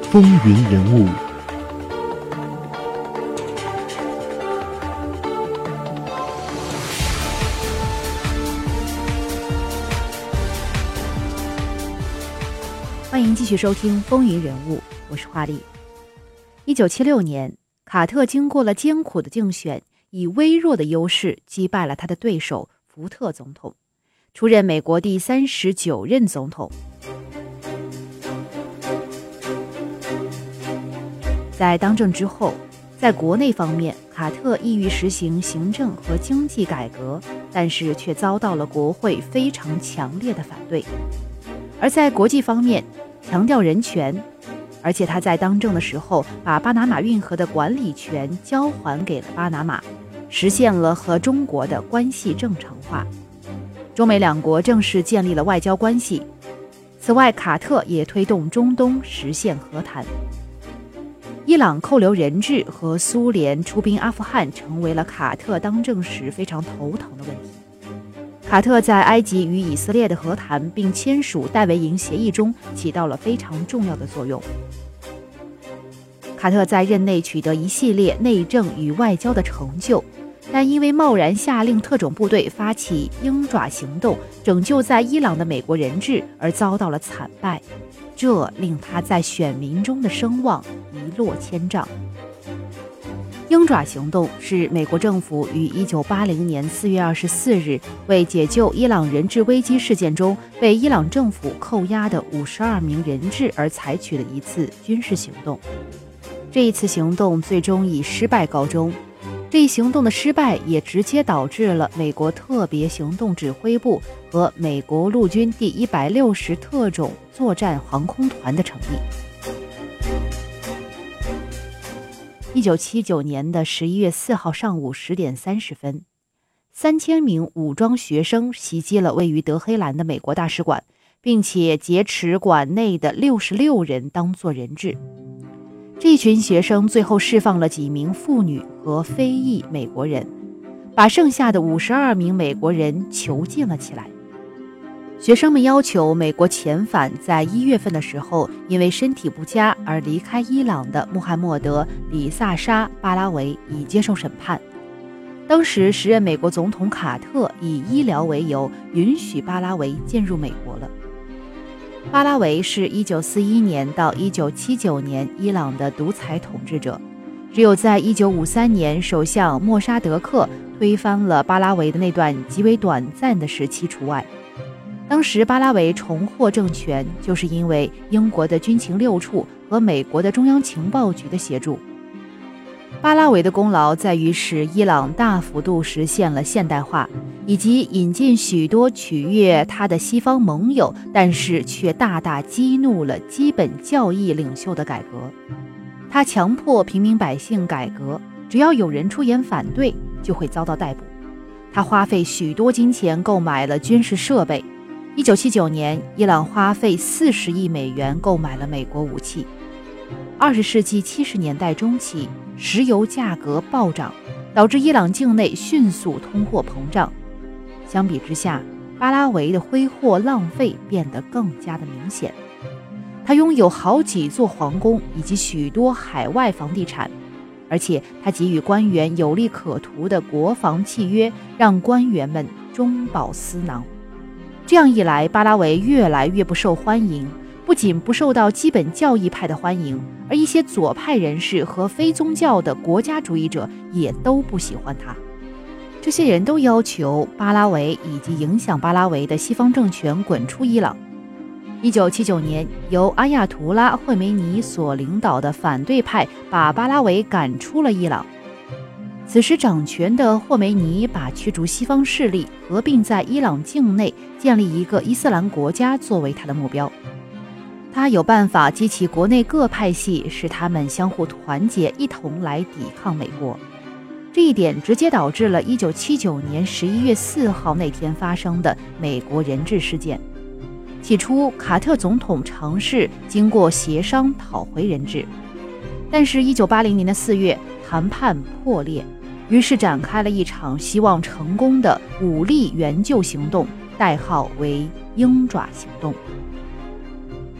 风云人物。 欢迎继续收听《风云人物》，我是华丽。1976年，卡特经过了艰苦的竞选，以微弱的优势击败了他的对手福特总统，出任美国第39任总统。在当政之后，在国内方面，卡特意欲实行行政和经济改革，但是却遭到了国会非常强烈的反对。而在国际方面，强调人权，而且他在当政的时候把巴拿马运河的管理权交还给了巴拿马，实现了和中国的关系正常化。中美两国正式建立了外交关系。此外，卡特也推动中东实现和谈。伊朗扣留人质和苏联出兵阿富汗成为了卡特当政时非常头疼的问题。卡特在埃及与以色列的和谈并签署戴维营协议中起到了非常重要的作用。卡特在任内取得一系列内政与外交的成就，但因为贸然下令特种部队发起鹰爪行动，拯救在伊朗的美国人质而遭到了惨败，这令他在选民中的声望一落千丈。鹰爪行动是美国政府于1980年4月24日为解救伊朗人质危机事件中被伊朗政府扣押的52名人质而采取的一次军事行动。这一次行动最终以失败告终。这一行动的失败也直接导致了美国特别行动指挥部和美国陆军第160特种作战航空团的成立。1979年的11月4号上午10点30分，3000名武装学生袭击了位于德黑兰的美国大使馆，并且劫持馆内的66人当作人质。这群学生最后释放了几名妇女和非裔美国人，把剩下的52名美国人囚禁了起来。学生们要求美国遣返在1月份的时候因为身体不佳而离开伊朗的穆罕默德·里萨沙·巴拉维以接受审判。当时时任美国总统卡特以医疗为由允许巴拉维进入美国了。巴拉维是1941年到1979年伊朗的独裁统治者，只有在1953年首相莫沙德克推翻了巴拉维的那段极为短暂的时期除外。当时巴拉维重获政权，就是因为英国的军情六处和美国的中央情报局的协助。巴拉维的功劳在于使伊朗大幅度实现了现代化，以及引进许多取悦他的西方盟友，但是却大大激怒了基本教义领袖的改革。他强迫平民百姓改革，只要有人出言反对，就会遭到逮捕。他花费许多金钱购买了军事设备。1979年，伊朗花费40亿美元购买了美国武器。20世纪70年代中期，石油价格暴涨，导致伊朗境内迅速通货膨胀。相比之下，巴拉维的挥霍浪费变得更加的明显。他拥有好几座皇宫以及许多海外房地产，而且他给予官员有利可图的国防契约，让官员们中饱私囊。这样一来，巴拉维越来越不受欢迎，不仅不受到基本教义派的欢迎，而一些左派人士和非宗教的国家主义者也都不喜欢他。这些人都要求巴拉维以及影响巴拉维的西方政权滚出伊朗。1979年，由阿亚图拉·惠梅尼所领导的反对派把巴拉维赶出了伊朗。此时掌权的霍梅尼把驱逐西方势力合并在伊朗境内建立一个伊斯兰国家作为他的目标。他有办法激起国内各派系，使他们相互团结，一同来抵抗美国。这一点直接导致了1979年11月4号那天发生的美国人质事件。起初，卡特总统尝试经过协商讨回人质，但是1980年的4月，谈判破裂，于是展开了一场希望成功的武力援救行动，代号为鹰爪行动。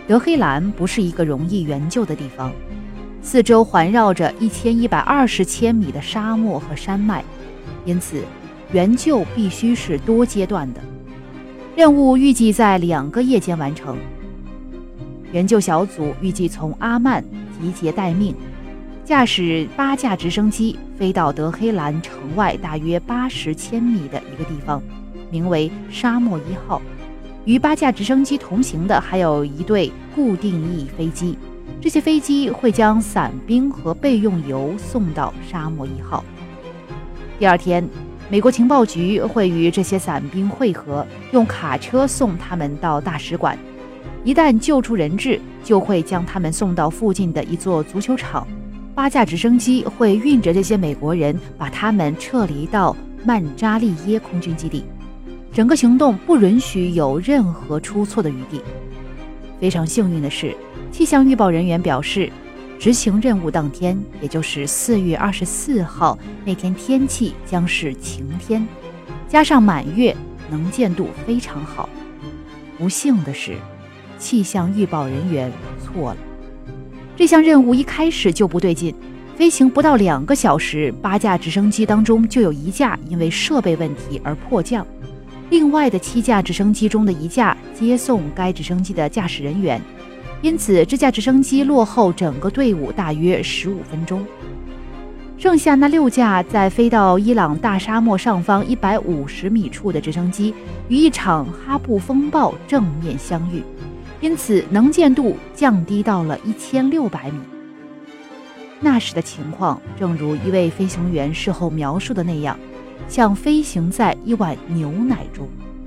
德黑兰不是一个容易援救的地方，四周环绕着1120千米的沙漠和山脉，因此援救必须是多阶段的。任务预计在2个夜间完成。援救小组预计从阿曼集结待命，驾驶8架直升机飞到德黑兰城外大约80千米的一个地方，名为沙漠1号。与8架直升机同行的还有一队固定翼飞机，这些飞机会将伞兵和备用油送到沙漠1号。第二天，美国情报局会与这些伞兵会合，用卡车送他们到大使馆。一旦救出人质，就会将他们送到附近的一座足球场。8架直升机会运着这些美国人，把他们撤离到曼扎利耶空军基地。整个行动不允许有任何出错的余地。非常幸运的是，气象预报人员表示，执行任务当天，也就是4月24号那天，天气将是晴天，加上满月，能见度非常好。不幸的是，气象预报人员错了。这项任务一开始就不对劲，飞行不到2个小时，8架直升机当中就有1架因为设备问题而迫降，另外的7架直升机中的1架接送该直升机的驾驶人员，因此这架直升机落后整个队伍大约15分钟。剩下那6架在飞到伊朗大沙漠上方150米处的直升机与一场哈布风暴正面相遇，因此能见度降低到了1600米。那时的情况正如一位飞行员事后描述的那样，像飞行在一碗牛奶中。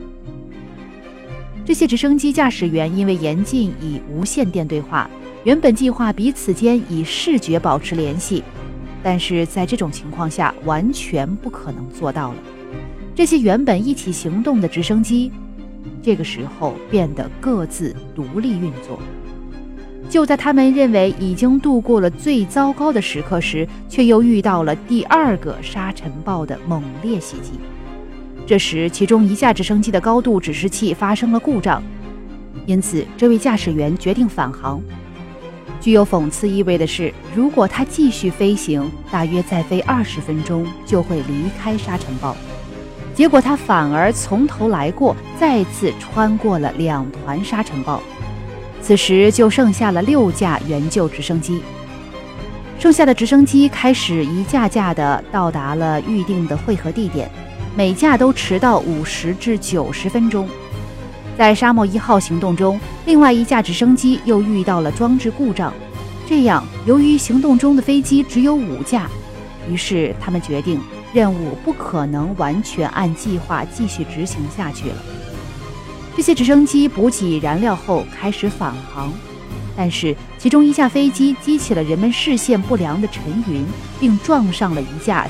这些直升机驾驶员因为严禁以无线电对话，原本计划彼此间以视觉保持联系，但是在这种情况下完全不可能做到了。这些原本一起行动的直升机这个时候变得各自独立运作。就在他们认为已经度过了最糟糕的时刻时，却又遇到了第2个沙尘暴的猛烈袭击。这时其中1架直升机的高度指示器发生了故障，因此这位驾驶员决定返航。具有讽刺意味的是，如果他继续飞行，大约再飞20分钟就会离开沙尘暴。结果他反而从头来过，再次穿过了2团沙尘暴。此时就剩下了6架援救直升机，剩下的直升机开始一架架的到达了预定的汇合地点，每架都迟到50至90分钟。在沙漠1号行动中，另外1架直升机又遇到了装置故障，这样由于行动中的飞机只有5架，于是他们决定任务不可能完全按计划继续执行下去了。这些直升机补给燃料后开始返航，但是其中1架飞机激起了人们视线不良的尘云，并撞上了1架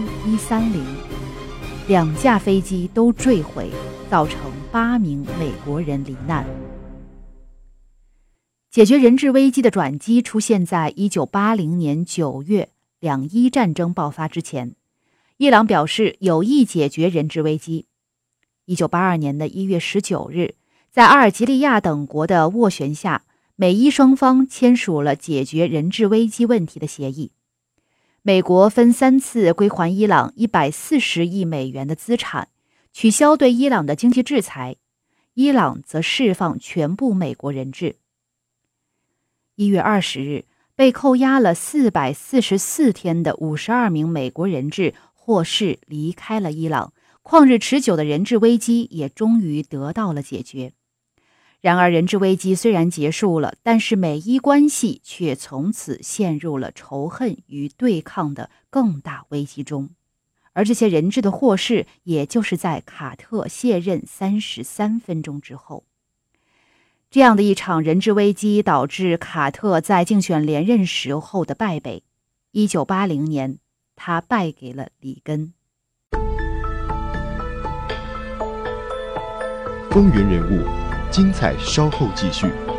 C-130，2架飞机都坠毁，造成8名美国人罹难。解决人质危机的转机出现在1980年9月两伊战争爆发之前。伊朗表示有意解决人质危机。1982年的1月19日，在阿尔及利亚等国的斡旋下，美伊双方签署了解决人质危机问题的协议。美国分3次归还伊朗140亿美元的资产，取消对伊朗的经济制裁，伊朗则释放全部美国人质。1月20日，被扣押了444天的52名美国人质获释离开了伊朗，旷日持久的人质危机也终于得到了解决。然而，人质危机虽然结束了，但是美伊关系却从此陷入了仇恨与对抗的更大危机中。而这些人质的获释，也就是在卡特卸任33分钟之后。这样的一场人质危机导致卡特在竞选连任时候的败北。1980年，他败给了里根。 风云人物，精彩稍后继续。